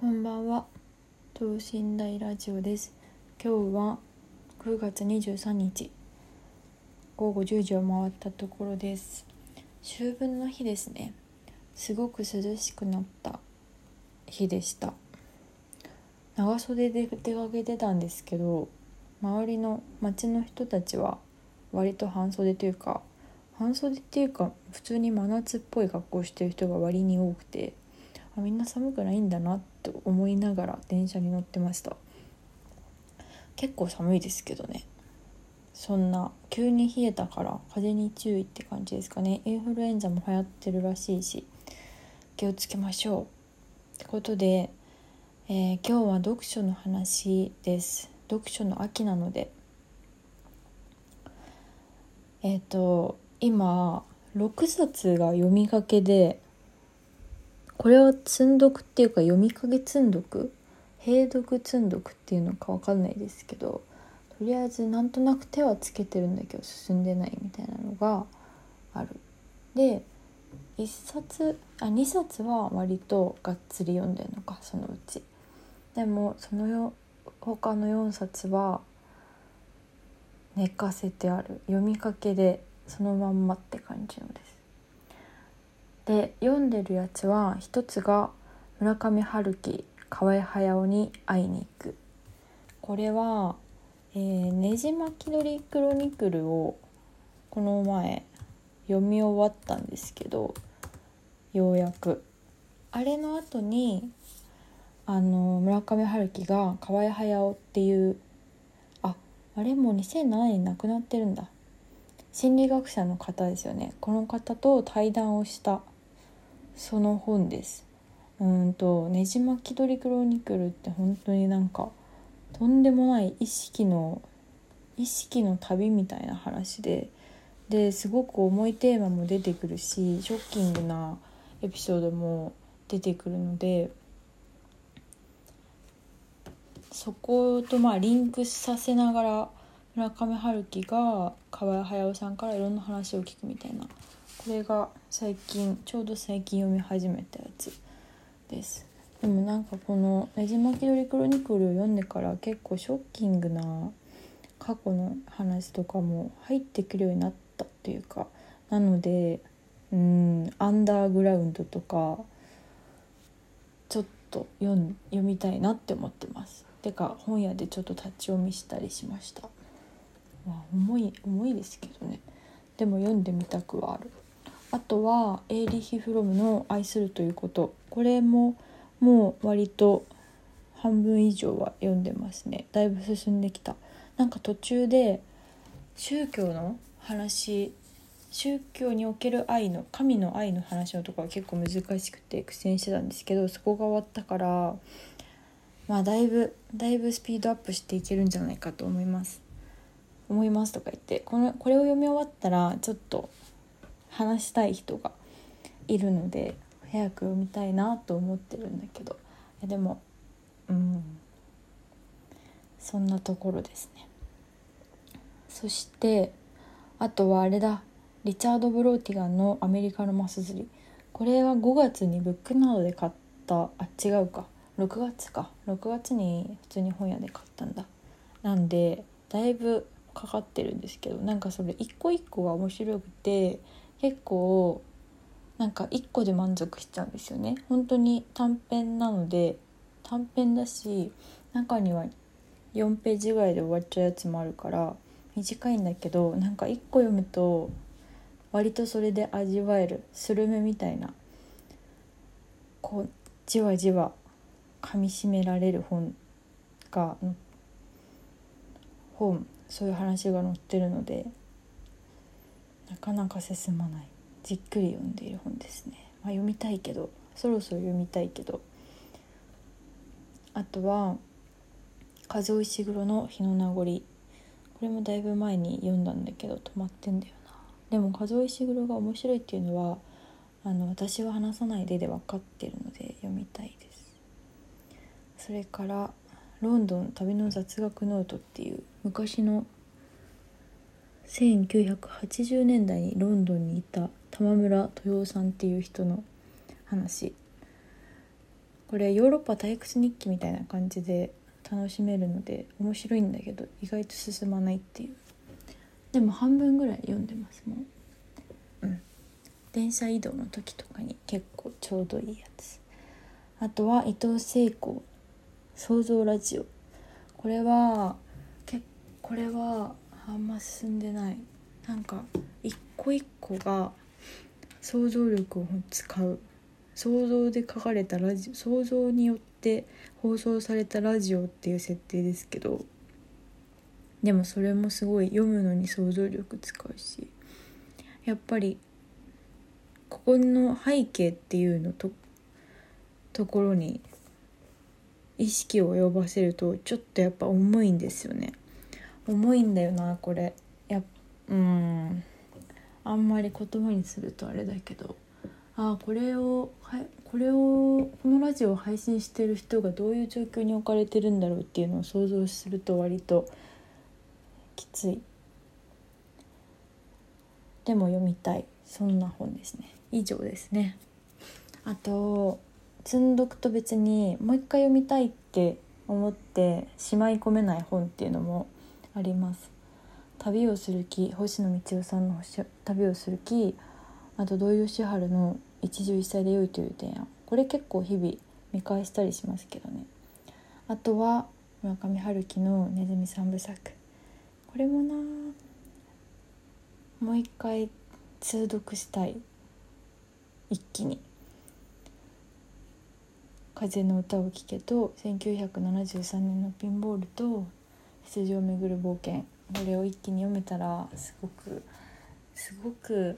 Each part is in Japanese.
こんばんは。等身大ラジオです。今日は9月23日午後10時を回ったところです。秋分の日ですね。すごく涼しくなった日でした。長袖で出かけてたんですけど、周りの街の人たちは割と半袖っていうか普通に真夏っぽい格好をしてる人が割に多くて、みんな寒くないんだなと思いながら電車に乗ってました。結構寒いですけどね。そんな急に冷えたから風邪に注意って感じですかね。インフルエンザも流行ってるらしいし、気をつけましょうってことで、今日は読書の話です。読書の秋なので、今6冊が読みかけで、これは積読っていうか読みかけ積読、併読積読っていうのか分かんないですけど、とりあえずなんとなく手はつけてるんだけど進んでないみたいなのがある。で2冊は割とがっつり読んでるのか、そのうち。でも他の4冊は寝かせてある、読みかけでそのまんまって感じのです。で読んでるやつは一つが村上春樹河合駿に会いに行く。これは、ねじ巻き鳥クロニクルをこの前読み終わったんですけど、ようやくあれの後に村上春樹が河合駿っていうあれもう2007年に亡くなってるんだ。心理学者の方ですよね。この方と対談をしたその本です。ねじ巻き鳥クロニクルって本当になんかとんでもない意識の旅みたいな話ですごく重いテーマも出てくるし、ショッキングなエピソードも出てくるので、そことリンクさせながら村上春樹が河合駿さんからいろんな話を聞くみたいな、これがちょうど最近読み始めたやつです。でもなんかこのねじ巻き鳥クロニクルを読んでから結構ショッキングな過去の話とかも入ってくるようになったっていうか、なのでアンダーグラウンドとかちょっと読みたいなって思ってます。てか本屋でちょっと立ち読みしたりしました。重いですけどね。でも読んでみたくはある。あとはエーリヒ・フロムの愛するということ。これももう割と半分以上は読んでますね。だいぶ進んできた。なんか途中で宗教における神の愛の話のところは結構難しくて苦戦してたんですけど、そこが終わったからだいぶスピードアップしていけるんじゃないかと思いますとか言って、これを読み終わったらちょっと話したい人がいるので早く読みたいなと思ってるんだけど、でもそんなところですね。そしてあとはあれだ、リチャード・ブローティガンのアメリカのマス釣り。これは5月にブックなどで買った。違うか、6月に普通に本屋で買ったんだ。なんでだいぶかかってるんですけど、なんかそれ一個一個が面白くて、結構なんか一個で満足しちゃうんですよね。本当に短編なので、短編だし中には4ページぐらいで終わっちゃうやつもあるから短いんだけど、なんか1個読むと割とそれで味わえる、スルメみたいな、こうじわじわ噛みしめられるそういう話が載ってるので、なかなか進まない、じっくり読んでいる本ですね。読みたいけど、そろそろ読みたいけど。あとは風尾石黒の日の名残。これもだいぶ前に読んだんだけど止まってんだよな。でも風尾石黒が面白いっていうのは私は話さないで分かってるので読みたいです。それからロンドン旅の雑学ノートっていう昔の1980年代にロンドンにいた玉村豊夫さんっていう人の話。 これヨーロッパ退屈日記みたいな感じで楽しめるので面白いんだけど、意外と進まないっていう。でも半分ぐらい読んでますもう。電車移動の時とかに結構ちょうどいいやつ。あとは伊藤聖子創造ラジオ。これはあんま進んでない。なんか一個一個が想像力を使う、想像で書かれたラジオ、想像によって放送されたラジオっていう設定ですけど、でもそれもすごい読むのに想像力使うし、やっぱりここの背景っていうのところに意識を及ばせるとちょっとやっぱ重いんですよね。重いんだよなこれ。あんまり言葉にするとあれだけど、このラジオを配信してる人がどういう状況に置かれてるんだろうっていうのを想像すると割ときつい。でも読みたい、そんな本ですね。以上ですね。あと積んどくと別にもう一回読みたいって思ってしまい込めない本っていうのもあります。旅をする気、星野道夫さんの旅をする気、あと土井善晴の一汁一菜で良いという提案。これ結構日々見返したりしますけどね。あとは村上春樹のネズミ三部作。これもな、もう一回通読したい。一気に風の歌を聴けと1973年のピンボールと羊をめぐる冒険、これを一気に読めたらすごく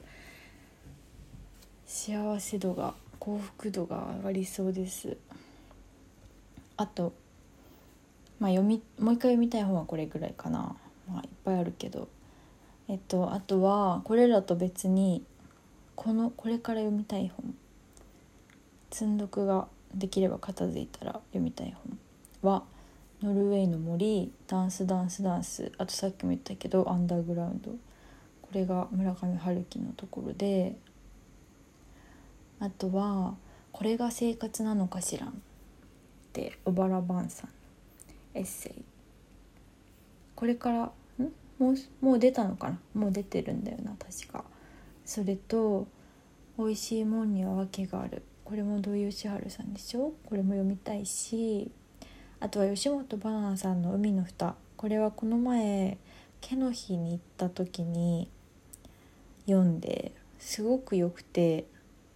幸せ度が、幸福度が上がりそうです。あと、もう一回読みたい本はこれぐらいかな。いっぱいあるけど、あとはこれらと別にこれから読みたい本、積んどくができれば片付いたら読みたい本はノルウェーの森、ダンス、あとさっきも言ったけどアンダーグラウンド。これが村上春樹のところで、あとはこれが生活なのかしらんって小原晩さんのエッセイ。これからもう出たのかな、もう出てるんだよな確か。それと美味しいもんには訳がある、これも土井善晴さんでしょ。これも読みたいし、あとは吉本ばななさんの海の蓋。これはこの前毛の日に行った時に読んですごく良くて、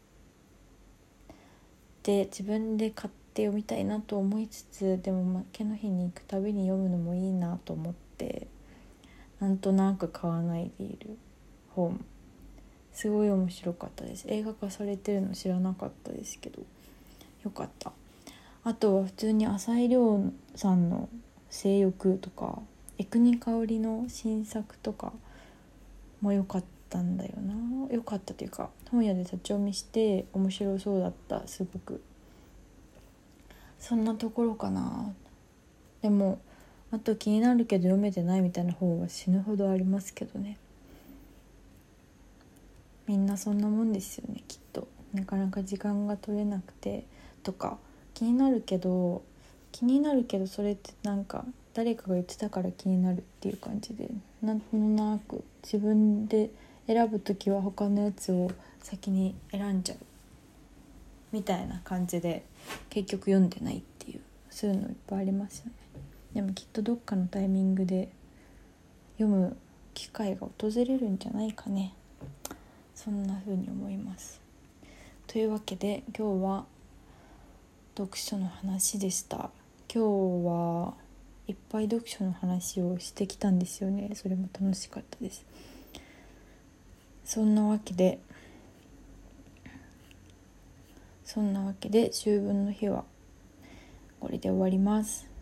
で自分で買って読みたいなと思いつつ、でも毛の日に行くたびに読むのもいいなと思ってなんとなく買わないでいる本。すごい面白かったです。映画化されてるの知らなかったですけどよかった。あとは普通に浅井亮さんの性欲とか江国香織の新作とかも良かったんだよな。良かったというか本屋で立ち読みして面白そうだった。すごくそんなところかな。でもあと気になるけど読めてないみたいな本は死ぬほどありますけどね。みんなそんなもんですよねきっと。なかなか時間が取れなくてとか、気になるけどそれってなんか誰かが言ってたから気になるっていう感じで、なんとなく自分で選ぶときは他のやつを先に選んじゃうみたいな感じで結局読んでないっていう、そういうのいっぱいありますよね。でもきっとどっかのタイミングで読む機会が訪れるんじゃないかね。そんな風に思います。というわけで今日は読書の話でした。今日はいっぱい読書の話をしてきたんですよね。それも楽しかったです。そんなわけで秋分の日はこれで終わります。